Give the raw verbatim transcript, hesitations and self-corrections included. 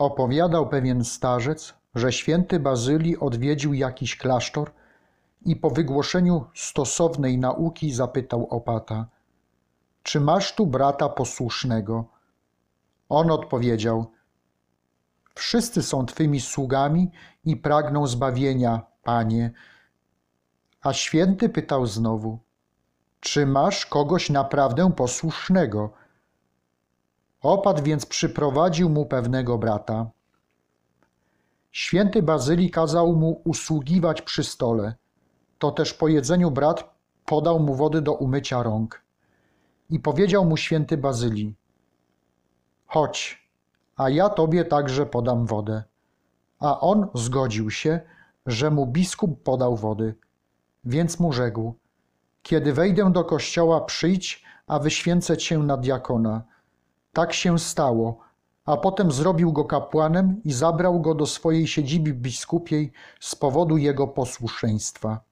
Opowiadał pewien starzec, że święty Bazylii odwiedził jakiś klasztor i po wygłoszeniu stosownej nauki zapytał opata: czy masz tu brata posłusznego? On odpowiedział: wszyscy są twymi sługami i pragną zbawienia, panie. A święty pytał znowu: czy masz kogoś naprawdę posłusznego? Opat więc przyprowadził mu pewnego brata. Święty Bazylii kazał mu usługiwać przy stole. To też po jedzeniu brat podał mu wody do umycia rąk. I powiedział mu święty Bazylii: chodź, a ja tobie także podam wodę. A on zgodził się, że mu biskup podał wody. Więc mu rzekł: kiedy wejdę do kościoła, przyjdź, a wyświęcę cię na diakona. Tak się stało, a potem zrobił go kapłanem i zabrał go do swojej siedziby biskupiej z powodu jego posłuszeństwa.